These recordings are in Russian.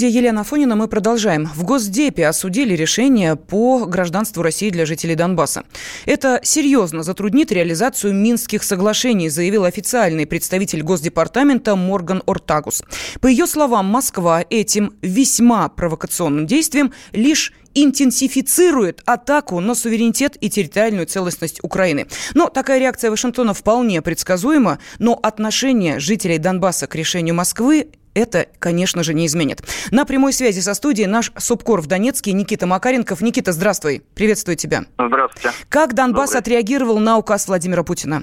студии Елена Афонина. Мы продолжаем. В Госдепе осудили решение по гражданству России для жителей Донбасса. Это серьезно затруднит реализацию Минских соглашений, заявил официальный представитель Госдепартамента Морган Ортагус. По ее словам, Москва этим весьма провокационным действием лишь интенсифицирует атаку на суверенитет и территориальную целостность Украины. Но такая реакция Вашингтона вполне предсказуема, но отношение жителей Донбасса к решению Москвы это, конечно же, не изменит. На прямой связи со студией наш субкор в Донецке Никита Макаренков. Никита, здравствуй. Приветствую тебя. Здравствуйте. Как Донбасс отреагировал на указ Владимира Путина?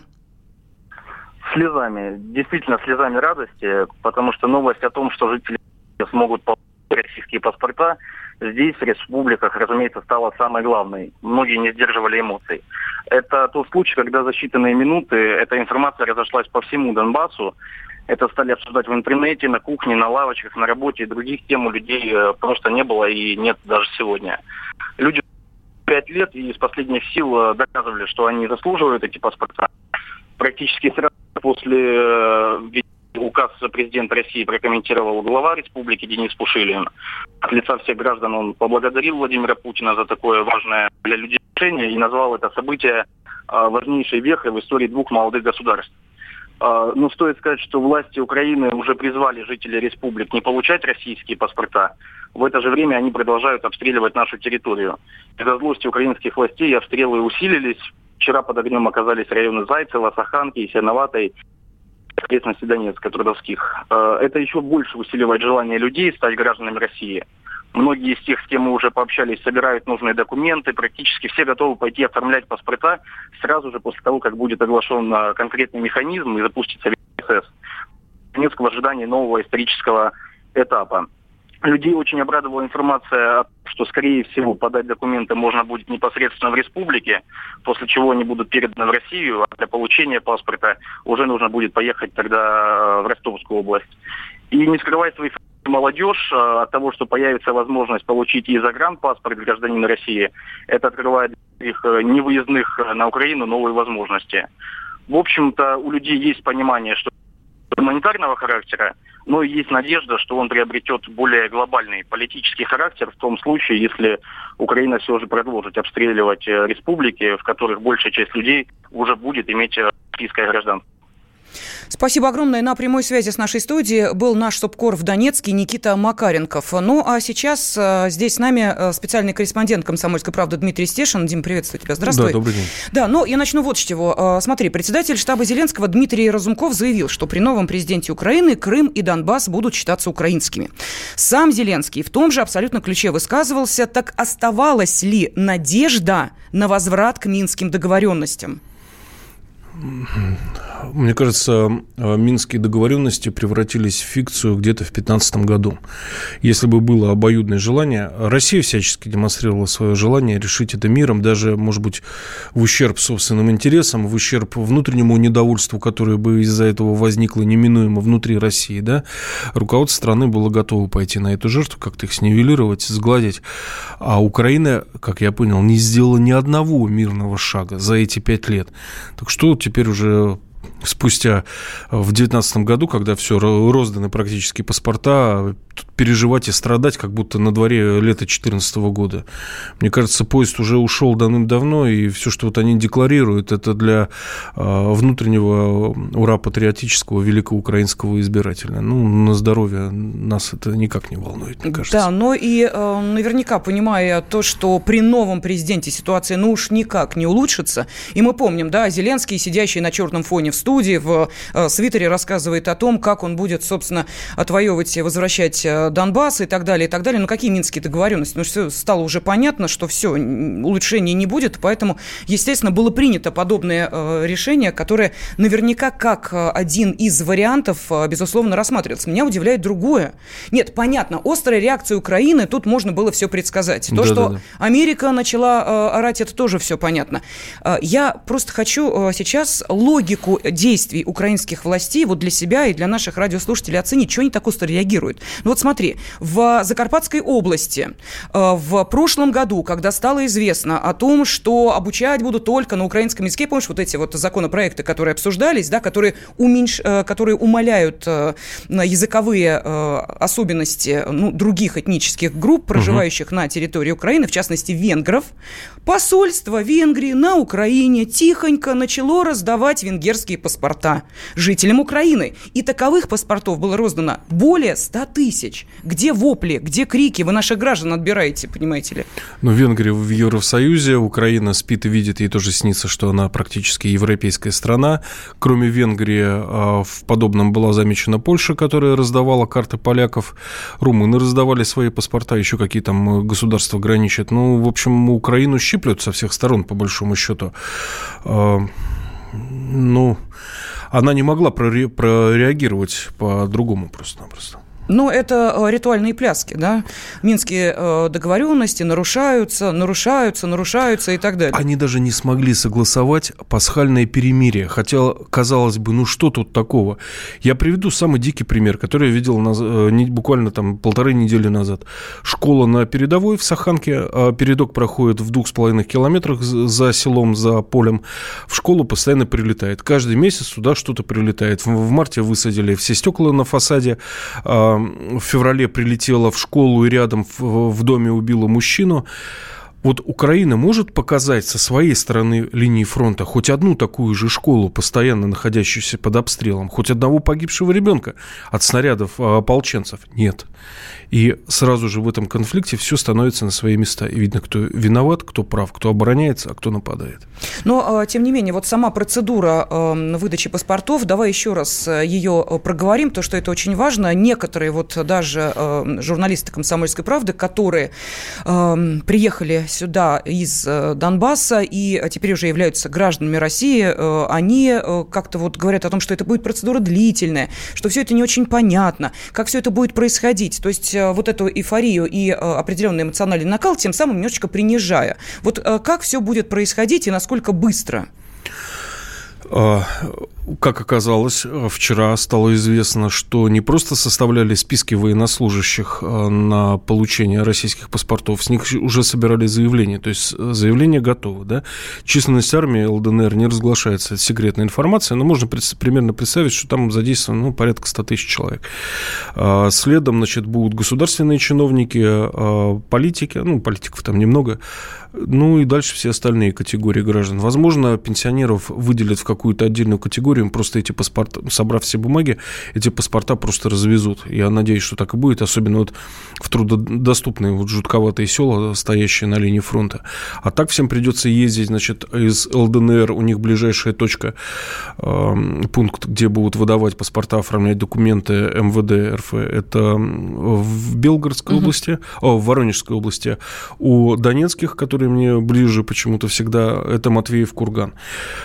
Слезами. Действительно, слезами радости, потому что новость о том, что жители смогут получить российские паспорта, здесь, в республиках, разумеется, стала самой главной. Многие не сдерживали эмоций. Это тот случай, когда за считанные минуты эта информация разошлась по всему Донбассу. Это стали обсуждать в интернете, на кухне, на лавочках, на работе. Других тем у людей просто не было и нет даже сегодня. Люди 5 лет и из последних сил доказывали, что они заслуживают эти паспорта. Практически сразу после указ президента России прокомментировал глава республики Денис Пушилин. От лица всех граждан он поблагодарил Владимира Путина за такое важное для людей решение и назвал это событие важнейшей вехой в истории двух молодых государств. Но стоит сказать, что власти Украины уже призвали жителей республик не получать российские паспорта. В это же время они продолжают обстреливать нашу территорию. Из-за злости украинских властей обстрелы усилились. Вчера под огнем оказались районы Зайцева, Саханки и Сеноватой, окрестности Донецка, Трудовских. Это еще больше усиливает желание людей стать гражданами России. Многие из тех, с кем мы уже пообщались, собирают нужные документы. Практически все готовы пойти оформлять паспорта сразу же после того, как будет оглашен конкретный механизм и запустится процесс. Донецк в ожидании нового исторического этапа. Людей очень обрадовала информация, что, скорее всего, подать документы можно будет непосредственно в республике, после чего они будут переданы в Россию, а для получения паспорта уже нужно будет поехать тогда в Ростовскую область. И не скрывай свои молодежь от того, что появится возможность получить и загранпаспорт гражданина России, это открывает их невыездных на Украину новые возможности. В общем-то, у людей есть понимание, что гуманитарного характера, но есть надежда, что он приобретет более глобальный политический характер в том случае, если Украина все же продолжит обстреливать республики, в которых большая часть людей уже будет иметь российское гражданство. Спасибо огромное. На прямой связи с нашей студией был наш субкор в Донецке Никита Макаренков. Ну, а сейчас здесь с нами специальный корреспондент «Комсомольской правды» Дмитрий Стешин. Дим, приветствую тебя. Здравствуй. Да, добрый день. Да, ну, я начну вот с чего. Смотри, председатель штаба Зеленского Дмитрий Разумков заявил, что при новом президенте Украины Крым и Донбасс будут считаться украинскими. Сам Зеленский в том же абсолютно ключе высказывался. Так оставалась ли надежда на возврат к минским договоренностям? Мне кажется, минские договоренности превратились в фикцию где-то в 2015 году. Если бы было обоюдное желание, Россия всячески демонстрировала свое желание решить это миром, даже, может быть, в ущерб собственным интересам, в ущерб внутреннему недовольству, которое бы из-за этого возникло неминуемо внутри России, да, руководство страны было готово пойти на эту жертву, как-то их снивелировать, сгладить. А Украина, как я понял, не сделала ни одного мирного шага за эти 5 лет. Так что теперь уже спустя в 2019 году, когда все розданы практически паспорта, переживать и страдать, как будто на дворе лето 2014 года. Мне кажется, поезд уже ушел давным-давно, и все, что вот они декларируют, это для внутреннего ура-патриотического великого украинского избирателя. Ну, на здоровье нас это никак не волнует, мне кажется. Да, но и наверняка, понимая то, что при новом президенте ситуация, ну уж никак не улучшится, и мы помним, да, Зеленский, сидящий на черном фоне в студии, в свитере, рассказывает о том, как он будет, собственно, отвоевывать и возвращать Донбасс и так далее, и так далее. Но какие минские договоренности? Ну, все стало уже понятно, что все, улучшений не будет, поэтому, естественно, было принято подобное решение, которое наверняка как один из вариантов, безусловно, рассматривается. Меня удивляет другое. Нет, понятно, острая реакция Украины, тут можно было все предсказать. То, что Америка начала орать, это тоже все понятно. Я просто хочу сейчас логику действий украинских властей вот для себя и для наших радиослушателей оценить, что они так остро реагируют. Ну вот смотри, в Закарпатской области в прошлом году, когда стало известно о том, что обучать будут только на украинском языке, помнишь, вот эти вот законопроекты, которые обсуждались, да, которые умаляют языковые особенности других этнических групп, проживающих на территории Украины, в частности, венгров, посольство Венгрии на Украине тихонько начало раздавать венгерские паспорта жителям Украины. И таковых паспортов было роздано более 100 тысяч. Где вопли, где крики? Вы наших граждан отбираете, понимаете ли? Ну, Венгрия в Евросоюзе, Украина спит и видит, ей тоже снится, что она практически европейская страна. Кроме Венгрии, в подобном была замечена Польша, которая раздавала карты поляков. Румыны раздавали свои паспорта, еще какие там государства граничат. Ну, в общем, Украину щиплют со всех сторон, по большому счету. Ну, она не могла прореагировать по-другому просто-напросто. Ну, это ритуальные пляски, да? Минские договоренности нарушаются и так далее. Они даже не смогли согласовать пасхальное перемирие. Хотя, казалось бы, ну что тут такого? Я приведу самый дикий пример, который я видел буквально там 1,5 недели назад. Школа на передовой в Саханке. Передок проходит в 2,5 километрах за селом, за полем. В школу постоянно прилетает. Каждый месяц сюда что-то прилетает. В марте высадили все стекла на фасаде. В феврале прилетела в школу и рядом в доме убила мужчину. Вот Украина может показать со своей стороны линии фронта хоть одну такую же школу, постоянно находящуюся под обстрелом, хоть одного погибшего ребенка от снарядов ополченцев? Нет. И сразу же в этом конфликте все становится на свои места. И видно, кто виноват, кто прав, кто обороняется, а кто нападает. Но, тем не менее, вот сама процедура выдачи паспортов, давай еще раз ее проговорим, потому что это очень важно. Некоторые вот даже журналисты «Комсомольской правды», которые приехали сюда из Донбасса и теперь уже являются гражданами России, они как-то вот говорят о том, что это будет процедура длительная, что все это не очень понятно, как все это будет происходить. То есть вот эту эйфорию и определенный эмоциональный накал тем самым немножечко принижая. Вот как все будет происходить и насколько быстро? Как оказалось, вчера стало известно, что не просто составляли списки военнослужащих на получение российских паспортов, с них уже собирали заявления. То есть заявление готово, да? Численность армии ЛДНР не разглашается, это секретная информация, но можно примерно представить, что там задействовано порядка 100 тысяч человек. Следом, значит, будут государственные чиновники, политики, политиков там немного, и дальше все остальные категории граждан. Возможно, пенсионеров выделят в какую-то отдельную категорию, просто эти паспорта, собрав все бумаги, эти паспорта просто развезут. Я надеюсь, что так и будет, особенно вот в труднодоступные жутковатые села, стоящие на линии фронта. А так всем придется ездить, значит, из ЛДНР, у них ближайшая точка, пункт, где будут выдавать паспорта, оформлять документы МВД РФ, это в Белгородской области, в Воронежской области. У донецких, которые мне ближе почему-то всегда, это Матвеев, Курган.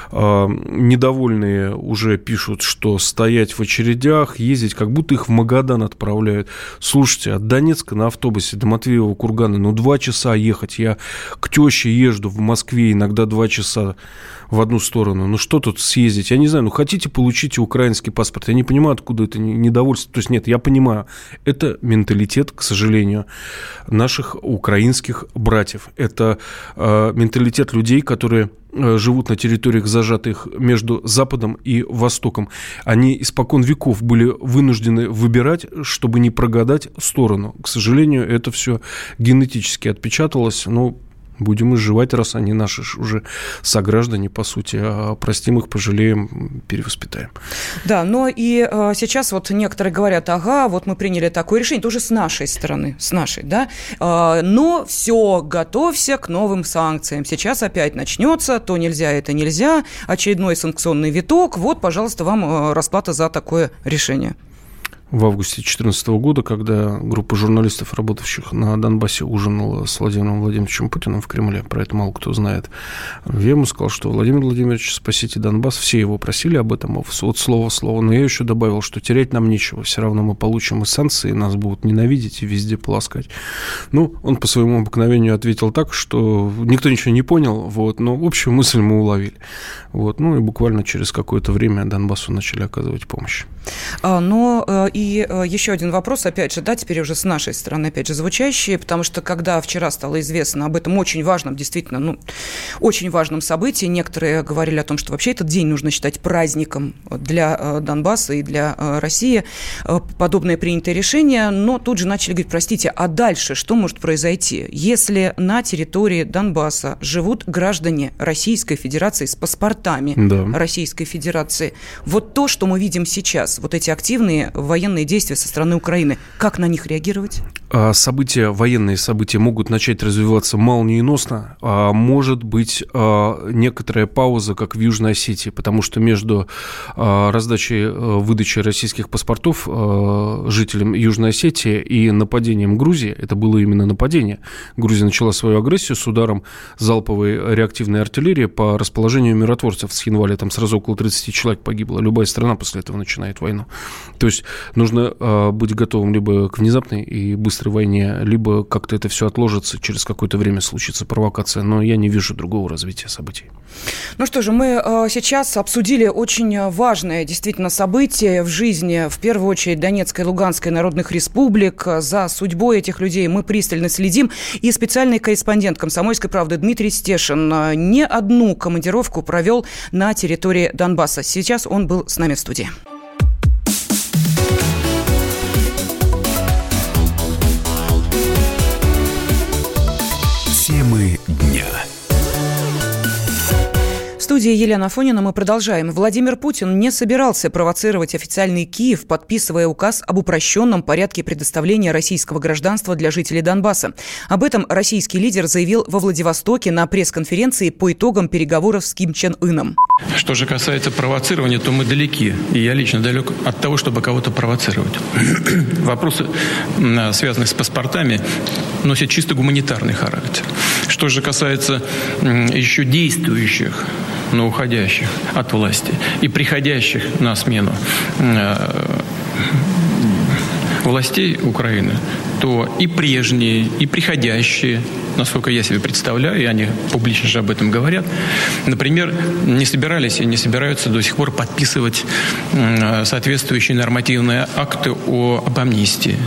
Недовольные уже пишут, что стоять в очередях, ездить, как будто их в Магадан отправляют. Слушайте, от Донецка на автобусе до Матвеева, Кургана, 2 часа ехать. Я к теще езжу в Москве иногда 2 часа в одну сторону. Что тут съездить? Я не знаю, хотите, получите украинский паспорт. Я не понимаю, откуда это недовольство. То есть, нет, я понимаю, это менталитет, к сожалению, наших украинских братьев. Это менталитет людей, которые живут на территориях, зажатых между Западом и Востоком. Они испокон веков были вынуждены выбирать, чтобы не прогадать сторону. К сожалению, это все генетически отпечаталось. Будем изживать, раз они наши уже сограждане, по сути. Простим их, пожалеем, перевоспитаем. Да, но и сейчас вот некоторые говорят, вот мы приняли такое решение, тоже с нашей стороны, да, но все, готовься к новым санкциям. Сейчас опять начнется, то нельзя, это нельзя, очередной санкционный виток, вот, пожалуйста, вам расплата за такое решение. в августе 2014 года, когда группа журналистов, работающих на Донбассе, ужинала с Владимиром Владимировичем Путиным в Кремле. Про это мало кто знает. Я ему сказал, что Владимир Владимирович, спасите Донбасс. Все его просили об этом, вот слово в слово. Но я еще добавил, что терять нам нечего. Все равно мы получим и санкции, нас будут ненавидеть и везде полоскать. Ну, он по своему обыкновению ответил так, что никто ничего не понял, вот, но общую мысль мы уловили. Вот, ну и буквально через какое-то время Донбассу начали оказывать помощь. Но и еще один вопрос, опять же, да, теперь уже с нашей стороны, опять же, звучащий, потому что когда вчера стало известно об этом очень важном, действительно, очень важном событии, некоторые говорили о том, что вообще этот день нужно считать праздником для Донбасса и для России, подобное принятое решение, но тут же начали говорить, простите, а дальше что может произойти, если на территории Донбасса живут граждане Российской Федерации с паспортами Российской Федерации? Вот то, что мы видим сейчас, вот эти активные военные действия со стороны Украины, как на них реагировать? Военные события могут начать развиваться молниеносно, а может быть некоторая пауза, как в Южной Осетии, потому что между раздачей, выдачей российских паспортов жителям Южной Осетии и нападением Грузии, это было именно нападение. Грузия начала свою агрессию с ударом залповой реактивной артиллерии по расположению миротворцев с января, там сразу около 30 человек погибло. Любая страна после этого начинает войну. То есть нужно быть готовым либо к внезапной и быстрой войне, либо как-то это все отложится, через какое-то время случится провокация, но я не вижу другого развития событий. Ну что же, мы сейчас обсудили очень важное действительно событие в жизни, в первую очередь, Донецкой и Луганской народных республик. За судьбой этих людей мы пристально следим. И специальный корреспондент «Комсомольской правды» Дмитрий Стешин не одну командировку провел на территории Донбасса. Сейчас он был с нами в студии. Темы дня. В студии Елена Афонина мы продолжаем. Владимир Путин не собирался провоцировать официальный Киев, подписывая указ об упрощенном порядке предоставления российского гражданства для жителей Донбасса. Об этом российский лидер заявил во Владивостоке на пресс-конференции по итогам переговоров с Ким Чен Ыном. Что же касается провоцирования, то мы далеки. И я лично далек от того, чтобы кого-то провоцировать. Вопросы, связанные с паспортами, носят чисто гуманитарный характер. Что же касается еще действующих, но уходящих от власти и приходящих на смену властей Украины, то и прежние, и приходящие, насколько я себе представляю, и они публично же об этом говорят, например, не собирались и не собираются до сих пор подписывать соответствующие нормативные акты об амнистии.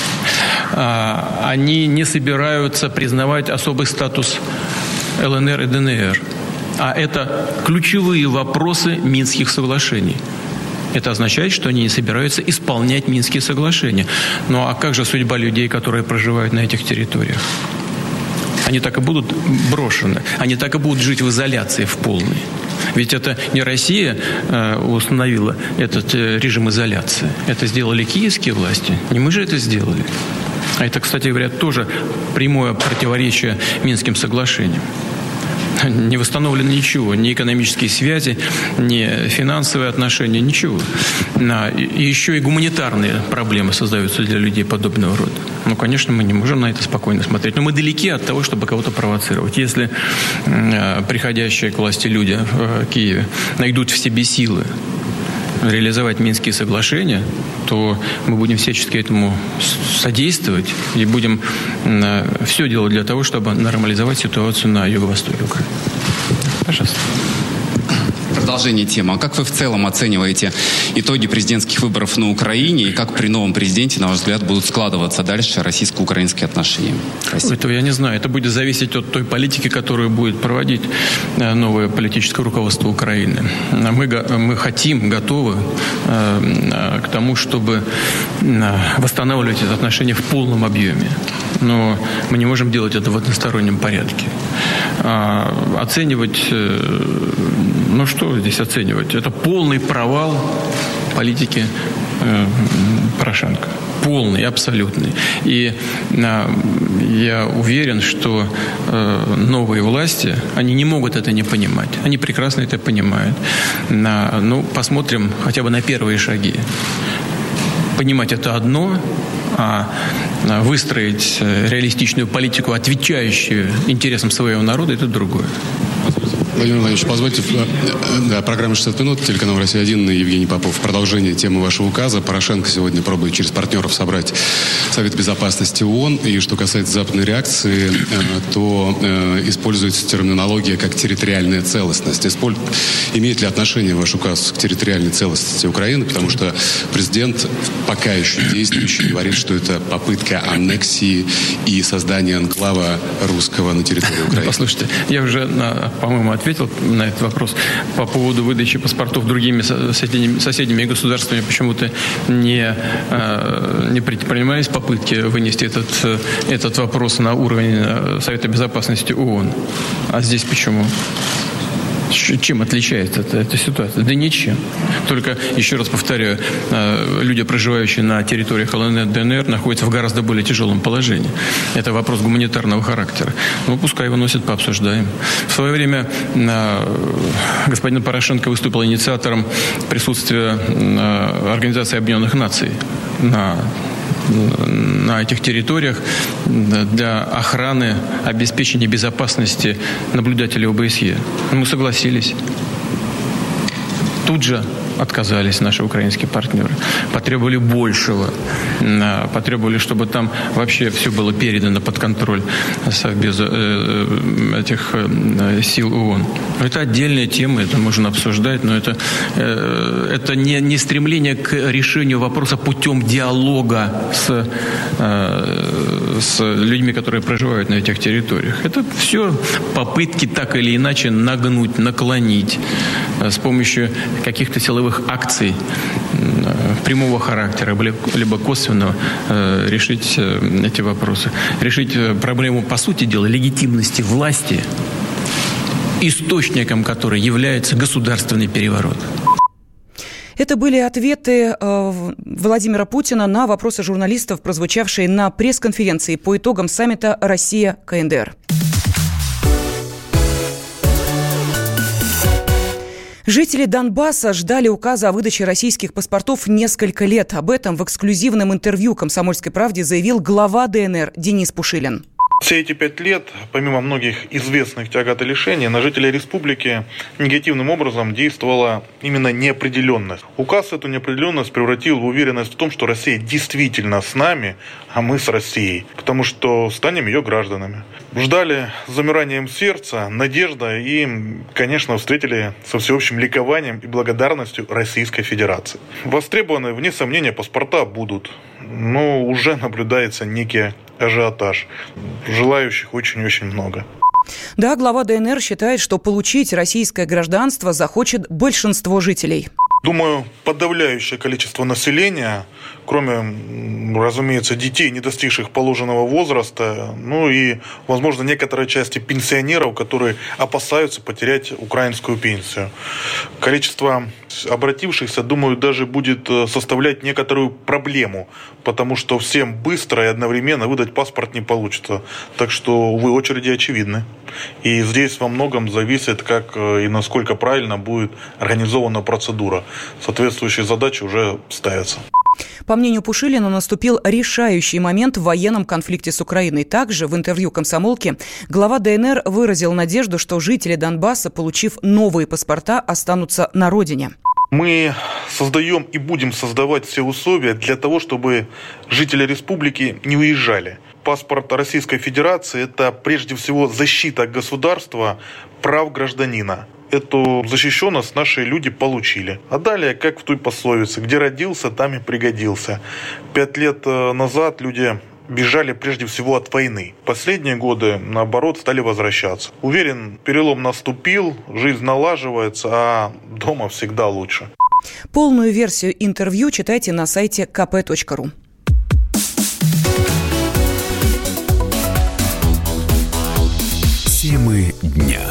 Они не собираются признавать особый статус ЛНР и ДНР. А это ключевые вопросы Минских соглашений. Это означает, что они не собираются исполнять Минские соглашения. Ну а как же судьба людей, которые проживают на этих территориях? Они так и будут брошены. Они так и будут жить в изоляции в полной. Ведь это не Россия установила этот режим изоляции. Это сделали киевские власти. Не мы же это сделали. А это, кстати говоря, тоже прямое противоречие Минским соглашениям. Не восстановлено ничего, ни экономические связи, ни финансовые отношения, ничего. И еще и гуманитарные проблемы создаются для людей подобного рода. Ну, конечно, мы не можем на это спокойно смотреть, но мы далеки от того, чтобы кого-то провоцировать. Если приходящие к власти люди в Киеве найдут в себе силы реализовать Минские соглашения, то мы будем всячески этому содействовать и будем все делать для того, чтобы нормализовать ситуацию на юго-востоке Украины. Пожалуйста. Продолжение темы. А как вы в целом оцениваете итоги президентских выборов на Украине и как при новом президенте, на ваш взгляд, будут складываться дальше российско-украинские отношения? Спасибо. Этого я не знаю. Это будет зависеть от той политики, которую будет проводить новое политическое руководство Украины. Мы хотим, готовы к тому, чтобы восстанавливать эти отношения в полном объеме. Но мы не можем делать это в одностороннем порядке. Оценивать... Ну, что здесь оценивать? Это полный провал политики Порошенко. Полный, абсолютный. И я уверен, что новые власти, они не могут это не понимать. Они прекрасно это понимают. Ну, посмотрим хотя бы на первые шаги. Понимать это одно, а выстроить реалистичную политику, отвечающую интересам своего народа, это другое. Владимир Владимирович, позвольте, программа «60 минут», телеканал «Россия-1», Евгений Попов. Продолжение темы вашего указа. Порошенко сегодня пробует через партнеров собрать Совет Безопасности ООН. И что касается западной реакции, то используется терминология как территориальная целостность. Имеет ли отношение ваш указ к территориальной целостности Украины? Потому что президент, пока еще действующий, говорит, что это попытка аннексии и создания анклава русского на территории Украины. Послушайте, я уже, по-моему, ответил на этот вопрос по поводу выдачи паспортов другими соседними государствами. Почему-то не предпринимались попытки вынести этот вопрос на уровень Совета Безопасности ООН. А здесь почему? Чем отличается эта ситуация? Да ничем. Только, еще раз повторяю, люди, проживающие на территориях ЛНР, ДНР, находятся в гораздо более тяжелом положении. Это вопрос гуманитарного характера. Ну, пускай его носят, пообсуждаем. В свое время господин Порошенко выступил инициатором присутствия Организации Объединенных Наций на этих территориях для охраны, обеспечения безопасности наблюдателей ОБСЕ. Мы согласились. Тут же отказались наши украинские партнеры. Потребовали большего. Потребовали, чтобы там вообще все было передано под контроль без этих сил ООН. Это отдельная тема, это можно обсуждать, но это не стремление к решению вопроса путем диалога с людьми, которые проживают на этих территориях. Это все попытки так или иначе нагнуть, наклонить с помощью каких-то силовых акций прямого характера, либо косвенного, решить эти вопросы. Решить проблему, по сути дела, легитимности власти, источником которой является государственный переворот. Это были ответы Владимира Путина на вопросы журналистов, прозвучавшие на пресс-конференции по итогам саммита «Россия-КНДР». Жители Донбасса ждали указа о выдаче российских паспортов несколько лет. Об этом в эксклюзивном интервью «Комсомольской правде» заявил глава ДНР Денис Пушилин. Все эти 5 лет, помимо многих известных тягот и лишений, на жителей республики негативным образом действовала именно неопределенность. Указ эту неопределенность превратил в уверенность в том, что Россия действительно с нами, а мы с Россией, потому что станем ее гражданами. Ждали с замиранием сердца, надеждой и, конечно, встретили со всеобщим ликованием и благодарностью Российской Федерации. Востребованы, вне сомнения, паспорта будут, но уже наблюдается некий ажиотаж. Желающих очень-очень много. Да, глава ДНР считает, что получить российское гражданство захочет большинство жителей. Думаю, подавляющее количество населения, кроме, разумеется, детей, не достигших положенного возраста, ну и, возможно, некоторой части пенсионеров, которые опасаются потерять украинскую пенсию. Количество обратившихся, думаю, даже будет составлять некоторую проблему, потому что всем быстро и одновременно выдать паспорт не получится. Так что, увы, очереди очевидны. И здесь во многом зависит, как и насколько правильно будет организована процедура. Соответствующие задачи уже ставятся. По мнению Пушилина, наступил решающий момент в военном конфликте с Украиной. Также в интервью «Комсомолке» глава ДНР выразил надежду, что жители Донбасса, получив новые паспорта, останутся на родине. Мы создаем и будем создавать все условия для того, чтобы жители республики не уезжали. Паспорт Российской Федерации – это прежде всего защита государства прав гражданина. Эту защищенность наши люди получили. А далее, как в той пословице, где родился, там и пригодился. 5 лет назад люди бежали прежде всего от войны. Последние годы, наоборот, стали возвращаться. Уверен, перелом наступил, жизнь налаживается, а дома всегда лучше. Полную версию интервью читайте на сайте kp.ru. Темы дня.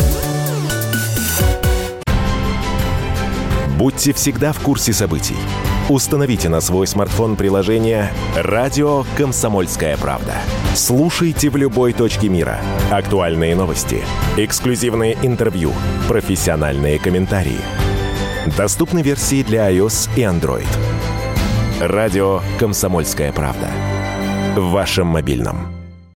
Будьте всегда в курсе событий. Установите на свой смартфон приложение «Радио Комсомольская правда». Слушайте в любой точке мира. Актуальные новости, эксклюзивные интервью, профессиональные комментарии. Доступны версии для iOS и Android. Радио «Комсомольская правда». В вашем мобильном.